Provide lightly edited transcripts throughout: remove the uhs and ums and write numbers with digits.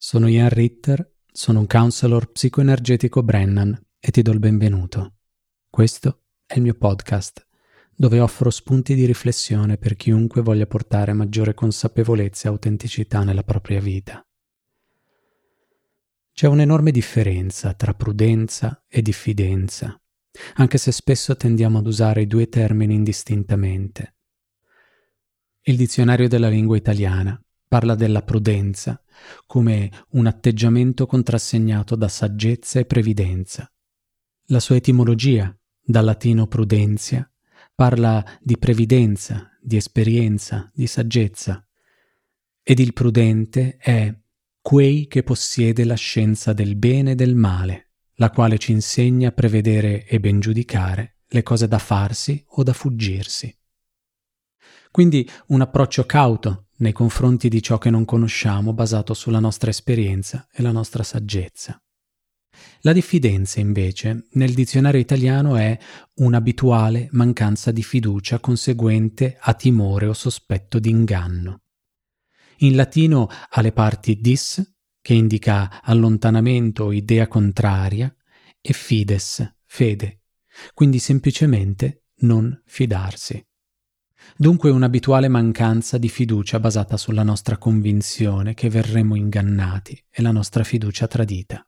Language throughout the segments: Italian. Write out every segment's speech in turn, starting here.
Sono Ian Ritter, sono un counselor psicoenergetico Brennan e ti do il benvenuto. Questo è il mio podcast, dove offro spunti di riflessione per chiunque voglia portare maggiore consapevolezza e autenticità nella propria vita. C'è un'enorme differenza tra prudenza e diffidenza, anche se spesso tendiamo ad usare i due termini indistintamente. Il dizionario della lingua italiana parla della prudenza come un atteggiamento contrassegnato da saggezza e previdenza. La sua etimologia, dal latino prudentia, parla di previdenza, di esperienza, di saggezza. Ed il prudente è quei che possiede la scienza del bene e del male, la quale ci insegna a prevedere e ben giudicare le cose da farsi o da fuggirsi. Quindi un approccio cauto nei confronti di ciò che non conosciamo, basato sulla nostra esperienza e la nostra saggezza. La diffidenza, invece, nel dizionario italiano è un'abituale mancanza di fiducia conseguente a timore o sospetto di inganno. In latino ha le parti dis, che indica allontanamento o idea contraria, e fides, fede, quindi semplicemente non fidarsi. Dunque un'abituale mancanza di fiducia basata sulla nostra convinzione che verremo ingannati e la nostra fiducia tradita.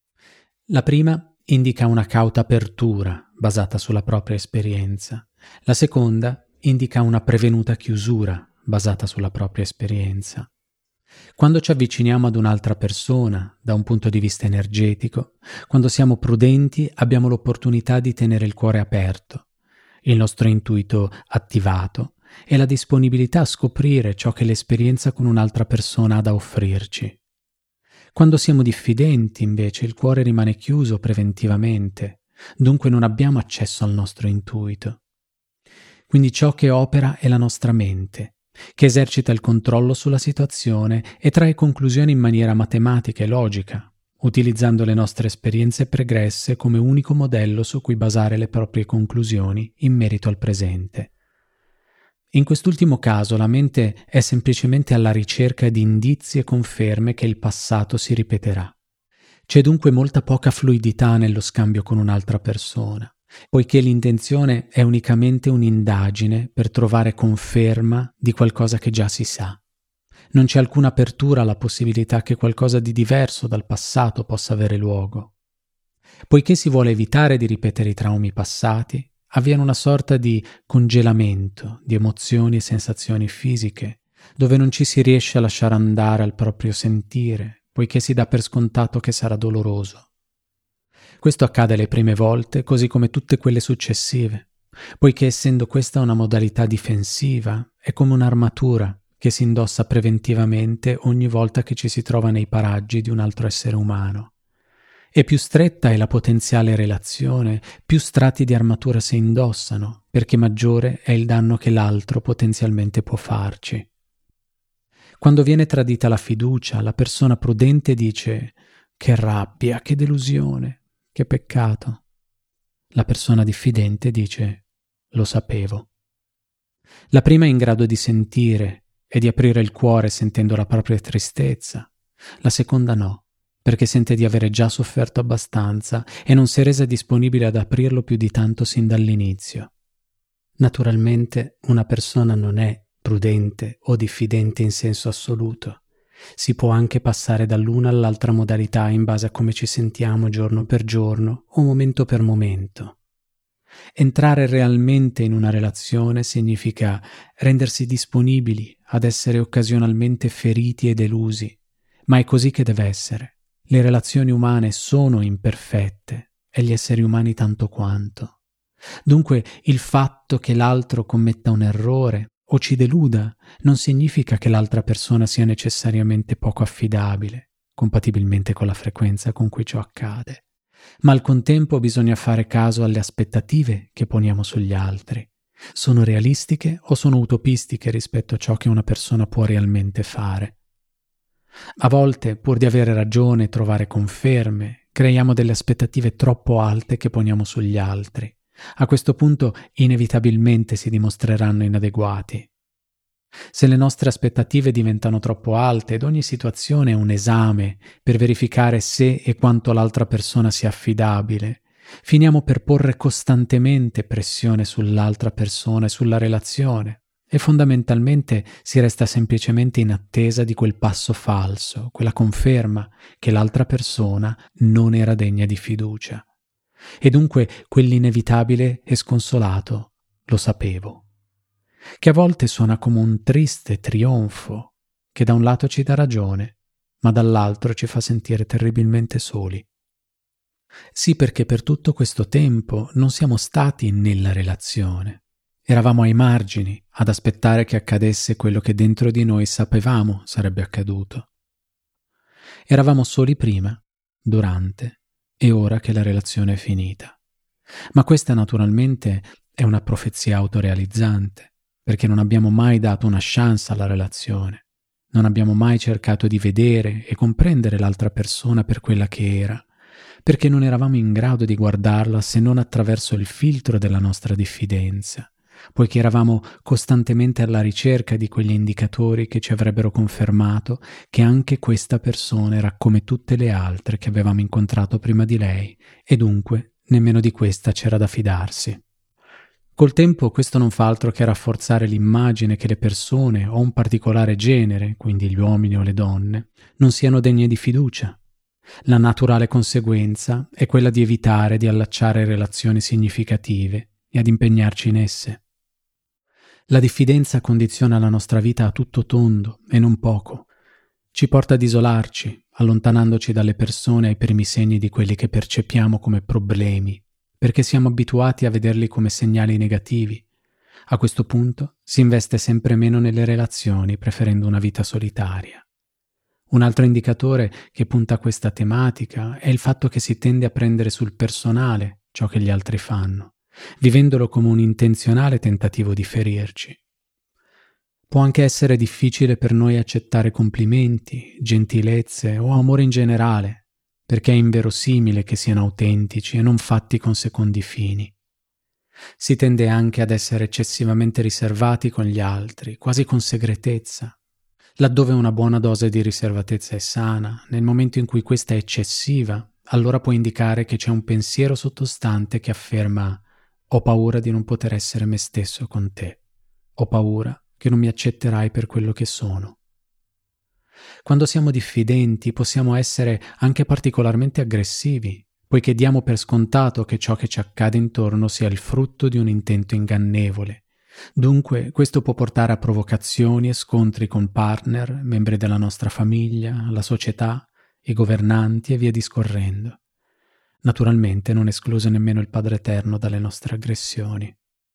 La prima indica una cauta apertura basata sulla propria esperienza. La seconda indica una prevenuta chiusura basata sulla propria esperienza. Quando ci avviciniamo ad un'altra persona da un punto di vista energetico, quando siamo prudenti abbiamo l'opportunità di tenere il cuore aperto, il nostro intuito attivato e la disponibilità a scoprire ciò che l'esperienza con un'altra persona ha da offrirci. Quando siamo diffidenti, invece, il cuore rimane chiuso preventivamente, dunque non abbiamo accesso al nostro intuito. Quindi ciò che opera è la nostra mente, che esercita il controllo sulla situazione e trae conclusioni in maniera matematica e logica, utilizzando le nostre esperienze pregresse come unico modello su cui basare le proprie conclusioni in merito al presente. In quest'ultimo caso la mente è semplicemente alla ricerca di indizi e conferme che il passato si ripeterà. C'è dunque molta poca fluidità nello scambio con un'altra persona, poiché l'intenzione è unicamente un'indagine per trovare conferma di qualcosa che già si sa. Non c'è alcuna apertura alla possibilità che qualcosa di diverso dal passato possa avere luogo. Poiché si vuole evitare di ripetere i traumi passati, avviene una sorta di congelamento di emozioni e sensazioni fisiche, dove non ci si riesce a lasciare andare al proprio sentire, poiché si dà per scontato che sarà doloroso. Questo accade le prime volte, così come tutte quelle successive, poiché essendo questa una modalità difensiva, è come un'armatura che si indossa preventivamente ogni volta che ci si trova nei paraggi di un altro essere umano. E più stretta è la potenziale relazione, più strati di armatura si indossano, perché maggiore è il danno che l'altro potenzialmente può farci. Quando viene tradita la fiducia, la persona prudente dice «Che rabbia, che delusione, che peccato». La persona diffidente dice «Lo sapevo». La prima è in grado di sentire e di aprire il cuore sentendo la propria tristezza. La seconda no, perché sente di avere già sofferto abbastanza e non si è resa disponibile ad aprirlo più di tanto sin dall'inizio. Naturalmente una persona non è prudente o diffidente in senso assoluto. Si può anche passare dall'una all'altra modalità in base a come ci sentiamo giorno per giorno o momento per momento. Entrare realmente in una relazione significa rendersi disponibili ad essere occasionalmente feriti e delusi, ma è così che deve essere. Le relazioni umane sono imperfette e gli esseri umani tanto quanto. Dunque il fatto che l'altro commetta un errore o ci deluda non significa che l'altra persona sia necessariamente poco affidabile, compatibilmente con la frequenza con cui ciò accade. Ma al contempo bisogna fare caso alle aspettative che poniamo sugli altri. Sono realistiche o sono utopistiche rispetto a ciò che una persona può realmente fare? A volte, pur di avere ragione e trovare conferme, creiamo delle aspettative troppo alte che poniamo sugli altri. A questo punto inevitabilmente si dimostreranno inadeguati. Se le nostre aspettative diventano troppo alte ed ogni situazione è un esame per verificare se e quanto l'altra persona sia affidabile, finiamo per porre costantemente pressione sull'altra persona e sulla relazione e fondamentalmente si resta semplicemente in attesa di quel passo falso, quella conferma che l'altra persona non era degna di fiducia. E dunque quell'inevitabile e sconsolato lo sapevo, che a volte suona come un triste trionfo che da un lato ci dà ragione, ma dall'altro ci fa sentire terribilmente soli. Sì, perché per tutto questo tempo non siamo stati nella relazione. Eravamo ai margini, ad aspettare che accadesse quello che dentro di noi sapevamo sarebbe accaduto. Eravamo soli prima, durante e ora che la relazione è finita. Ma questa naturalmente è una profezia autorealizzante, perché non abbiamo mai dato una chance alla relazione. Non abbiamo mai cercato di vedere e comprendere l'altra persona per quella che era, perché non eravamo in grado di guardarla se non attraverso il filtro della nostra diffidenza, poiché eravamo costantemente alla ricerca di quegli indicatori che ci avrebbero confermato che anche questa persona era come tutte le altre che avevamo incontrato prima di lei, e dunque nemmeno di questa c'era da fidarsi. Col tempo questo non fa altro che rafforzare l'immagine che le persone o un particolare genere, quindi gli uomini o le donne, non siano degne di fiducia. La naturale conseguenza è quella di evitare di allacciare relazioni significative e ad impegnarci in esse. La diffidenza condiziona la nostra vita a tutto tondo e non poco. Ci porta ad isolarci, allontanandoci dalle persone ai primi segni di quelli che percepiamo come problemi, perché siamo abituati a vederli come segnali negativi. A questo punto si investe sempre meno nelle relazioni, preferendo una vita solitaria. Un altro indicatore che punta a questa tematica è il fatto che si tende a prendere sul personale ciò che gli altri fanno, vivendolo come un intenzionale tentativo di ferirci. Può anche essere difficile per noi accettare complimenti, gentilezze o amore in generale, perché è inverosimile che siano autentici e non fatti con secondi fini. Si tende anche ad essere eccessivamente riservati con gli altri, quasi con segretezza. Laddove una buona dose di riservatezza è sana, nel momento in cui questa è eccessiva, allora può indicare che c'è un pensiero sottostante che afferma: ho paura di non poter essere me stesso con te, ho paura che non mi accetterai per quello che sono. Quando siamo diffidenti possiamo essere anche particolarmente aggressivi, poiché diamo per scontato che ciò che ci accade intorno sia il frutto di un intento ingannevole. Dunque, questo può portare a provocazioni e scontri con partner, membri della nostra famiglia, la società, i governanti e via discorrendo. Naturalmente non escluso nemmeno il Padre Eterno dalle nostre aggressioni.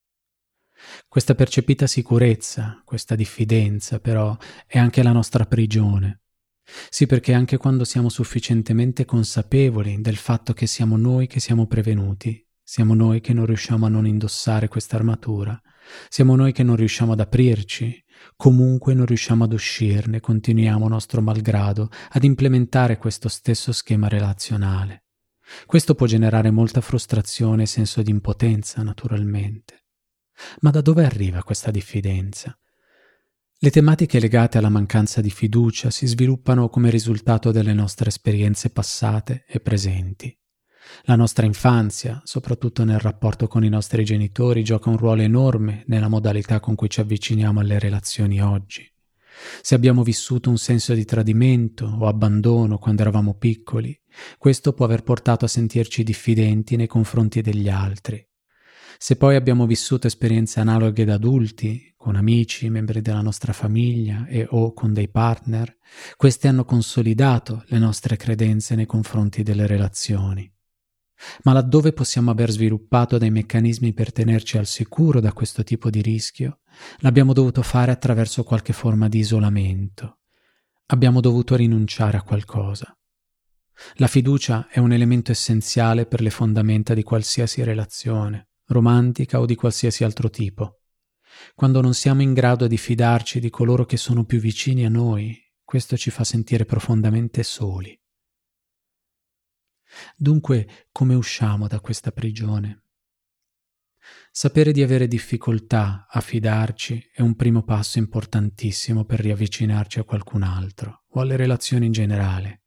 Questa percepita sicurezza, questa diffidenza, però, è anche la nostra prigione. Sì, perché anche quando siamo sufficientemente consapevoli del fatto che siamo noi che siamo prevenuti, siamo noi che non riusciamo a non indossare questa armatura, siamo noi che non riusciamo ad aprirci, comunque non riusciamo ad uscirne, continuiamo nostro malgrado ad implementare questo stesso schema relazionale. Questo può generare molta frustrazione e senso di impotenza, naturalmente. Ma da dove arriva questa diffidenza? Le tematiche legate alla mancanza di fiducia si sviluppano come risultato delle nostre esperienze passate e presenti. La nostra infanzia, soprattutto nel rapporto con i nostri genitori, gioca un ruolo enorme nella modalità con cui ci avviciniamo alle relazioni oggi. Se abbiamo vissuto un senso di tradimento o abbandono quando eravamo piccoli, questo può aver portato a sentirci diffidenti nei confronti degli altri. Se poi abbiamo vissuto esperienze analoghe da adulti, con amici, membri della nostra famiglia e o con dei partner, queste hanno consolidato le nostre credenze nei confronti delle relazioni. Ma laddove possiamo aver sviluppato dei meccanismi per tenerci al sicuro da questo tipo di rischio, l'abbiamo dovuto fare attraverso qualche forma di isolamento. Abbiamo dovuto rinunciare a qualcosa. La fiducia è un elemento essenziale per le fondamenta di qualsiasi relazione, romantica o di qualsiasi altro tipo. Quando non siamo in grado di fidarci di coloro che sono più vicini a noi, questo ci fa sentire profondamente soli. Dunque, come usciamo da questa prigione? Sapere di avere difficoltà a fidarci è un primo passo importantissimo per riavvicinarci a qualcun altro o alle relazioni in generale.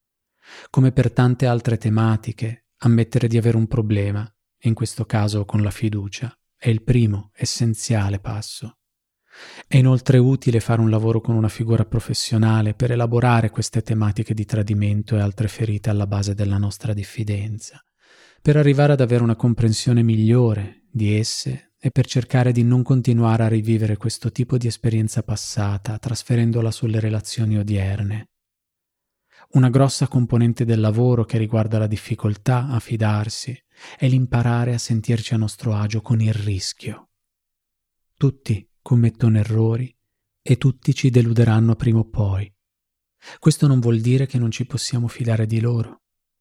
Come per tante altre tematiche, ammettere di avere un problema, in questo caso con la fiducia, è il primo, essenziale passo. È inoltre utile fare un lavoro con una figura professionale per elaborare queste tematiche di tradimento e altre ferite alla base della nostra diffidenza, per arrivare ad avere una comprensione migliore di esse e per cercare di non continuare a rivivere questo tipo di esperienza passata, trasferendola sulle relazioni odierne. Una grossa componente del lavoro che riguarda la difficoltà a fidarsi è l'imparare a sentirci a nostro agio con il rischio. Tutti commettono errori e tutti ci deluderanno prima o poi. Questo non vuol dire che non ci possiamo fidare di loro.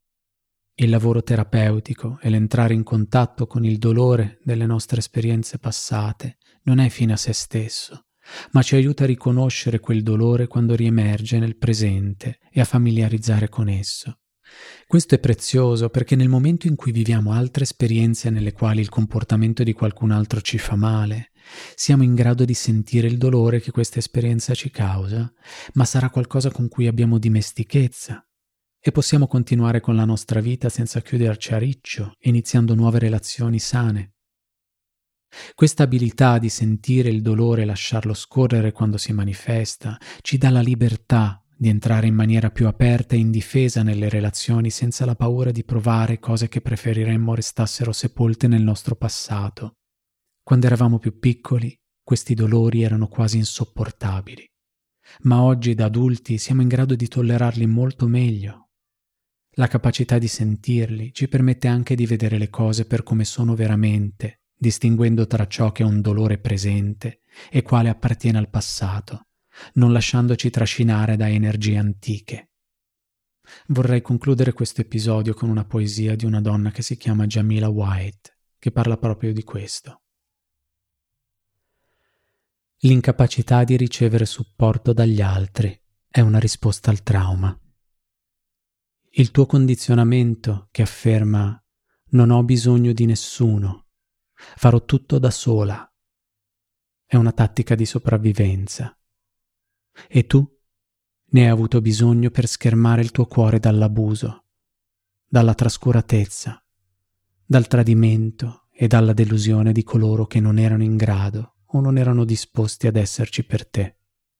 Il lavoro terapeutico e l'entrare in contatto con il dolore delle nostre esperienze passate non è fine a se stesso, ma ci aiuta a riconoscere quel dolore quando riemerge nel presente e a familiarizzare con esso. Questo è prezioso perché nel momento in cui viviamo altre esperienze nelle quali il comportamento di qualcun altro ci fa male, siamo in grado di sentire il dolore che questa esperienza ci causa, ma sarà qualcosa con cui abbiamo dimestichezza e possiamo continuare con la nostra vita senza chiuderci a riccio, iniziando nuove relazioni sane. Questa abilità di sentire il dolore e lasciarlo scorrere quando si manifesta ci dà la libertà di entrare in maniera più aperta e indifesa nelle relazioni senza la paura di provare cose che preferiremmo restassero sepolte nel nostro passato. Quando eravamo più piccoli, questi dolori erano quasi insopportabili, ma oggi da adulti siamo in grado di tollerarli molto meglio. La capacità di sentirli ci permette anche di vedere le cose per come sono veramente, distinguendo tra ciò che è un dolore presente e quale appartiene al passato, non lasciandoci trascinare da energie antiche. Vorrei concludere questo episodio con una poesia di una donna che si chiama Jamila White, che parla proprio di questo. L'incapacità di ricevere supporto dagli altri è una risposta al trauma. Il tuo condizionamento che afferma «non ho bisogno di nessuno, farò tutto da sola» è una tattica di sopravvivenza. E tu ne hai avuto bisogno per schermare il tuo cuore dall'abuso, dalla trascuratezza, dal tradimento e dalla delusione di coloro che non erano in grado o non erano disposti ad esserci per te.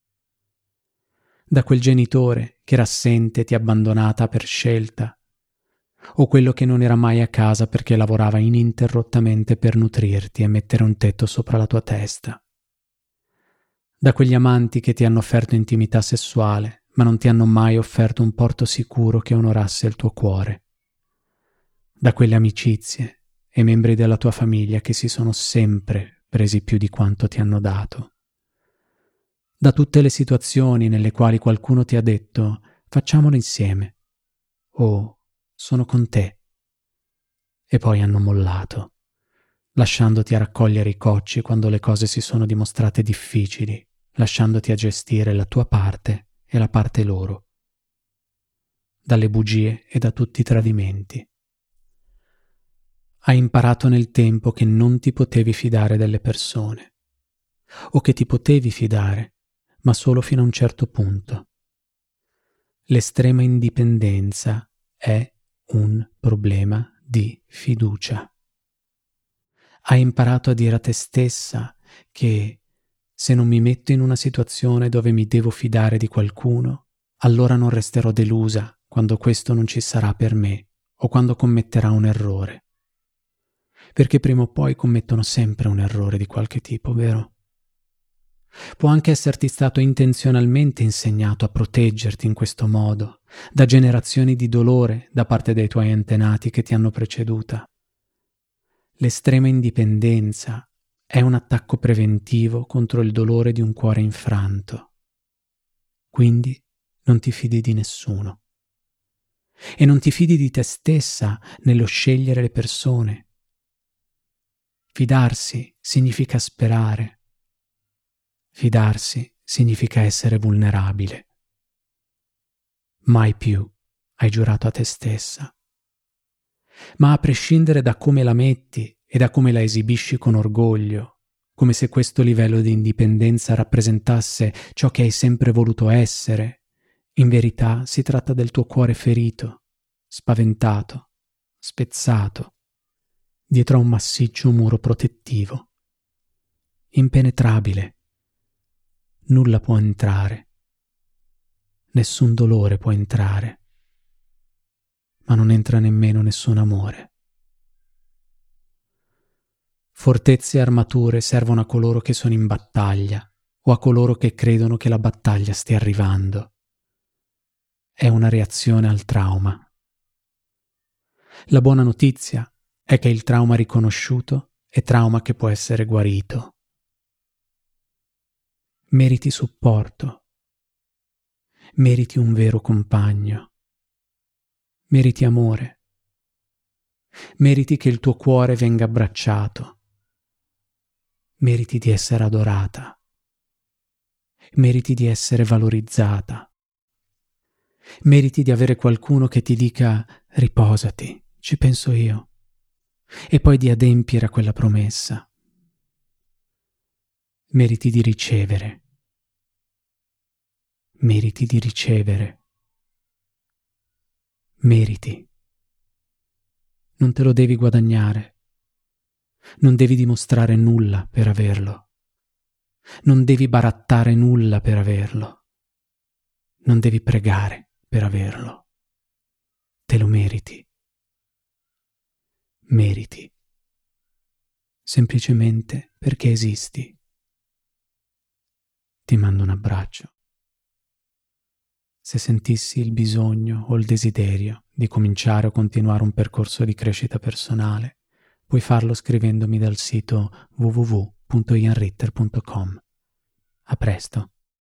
Da quel genitore che era assente e ti abbandonata per scelta, o quello che non era mai a casa perché lavorava ininterrottamente per nutrirti e mettere un tetto sopra la tua testa. Da quegli amanti che ti hanno offerto intimità sessuale, ma non ti hanno mai offerto un porto sicuro che onorasse il tuo cuore. Da quelle amicizie e membri della tua famiglia che si sono sempre presi più di quanto ti hanno dato. Da tutte le situazioni nelle quali qualcuno ti ha detto «facciamolo insieme» o «sono con te» e poi hanno mollato, lasciandoti a raccogliere i cocci quando le cose si sono dimostrate difficili, lasciandoti a gestire la tua parte e la parte loro. Dalle bugie e da tutti i tradimenti. Hai imparato nel tempo che non ti potevi fidare delle persone, o che ti potevi fidare, ma solo fino a un certo punto. L'estrema indipendenza è un problema di fiducia. Hai imparato a dire a te stessa che se non mi metto in una situazione dove mi devo fidare di qualcuno, allora non resterò delusa quando questo non ci sarà per me o quando commetterà un errore. Perché prima o poi commettono sempre un errore di qualche tipo, vero? Può anche esserti stato intenzionalmente insegnato a proteggerti in questo modo, da generazioni di dolore da parte dei tuoi antenati che ti hanno preceduta. L'estrema indipendenza è un attacco preventivo contro il dolore di un cuore infranto. Quindi non ti fidi di nessuno. E non ti fidi di te stessa nello scegliere le persone. Fidarsi significa sperare. Fidarsi significa essere vulnerabile. Mai più, hai giurato a te stessa. Ma a prescindere da come la metti e da come la esibisci con orgoglio, come se questo livello di indipendenza rappresentasse ciò che hai sempre voluto essere, in verità si tratta del tuo cuore ferito, spaventato, spezzato, dietro a un massiccio muro protettivo, impenetrabile. Nulla può entrare, nessun dolore può entrare, ma non entra nemmeno nessun amore. Fortezze e armature servono a coloro che sono in battaglia o a coloro che credono che la battaglia stia arrivando. È una reazione al trauma. La buona notizia è che il trauma riconosciuto è trauma che può essere guarito. Meriti supporto, meriti un vero compagno, meriti amore, meriti che il tuo cuore venga abbracciato, meriti di essere adorata, meriti di essere valorizzata, meriti di avere qualcuno che ti dica riposati, ci penso io, e poi di adempiere a quella promessa. Meriti di ricevere. Meriti di ricevere. Meriti. Non te lo devi guadagnare. Non devi dimostrare nulla per averlo. Non devi barattare nulla per averlo. Non devi pregare per averlo. Te lo meriti. Meriti. Semplicemente perché esisti. Ti mando un abbraccio. Se sentissi il bisogno o il desiderio di cominciare o continuare un percorso di crescita personale, puoi farlo scrivendomi dal sito www.ianritter.com. A presto.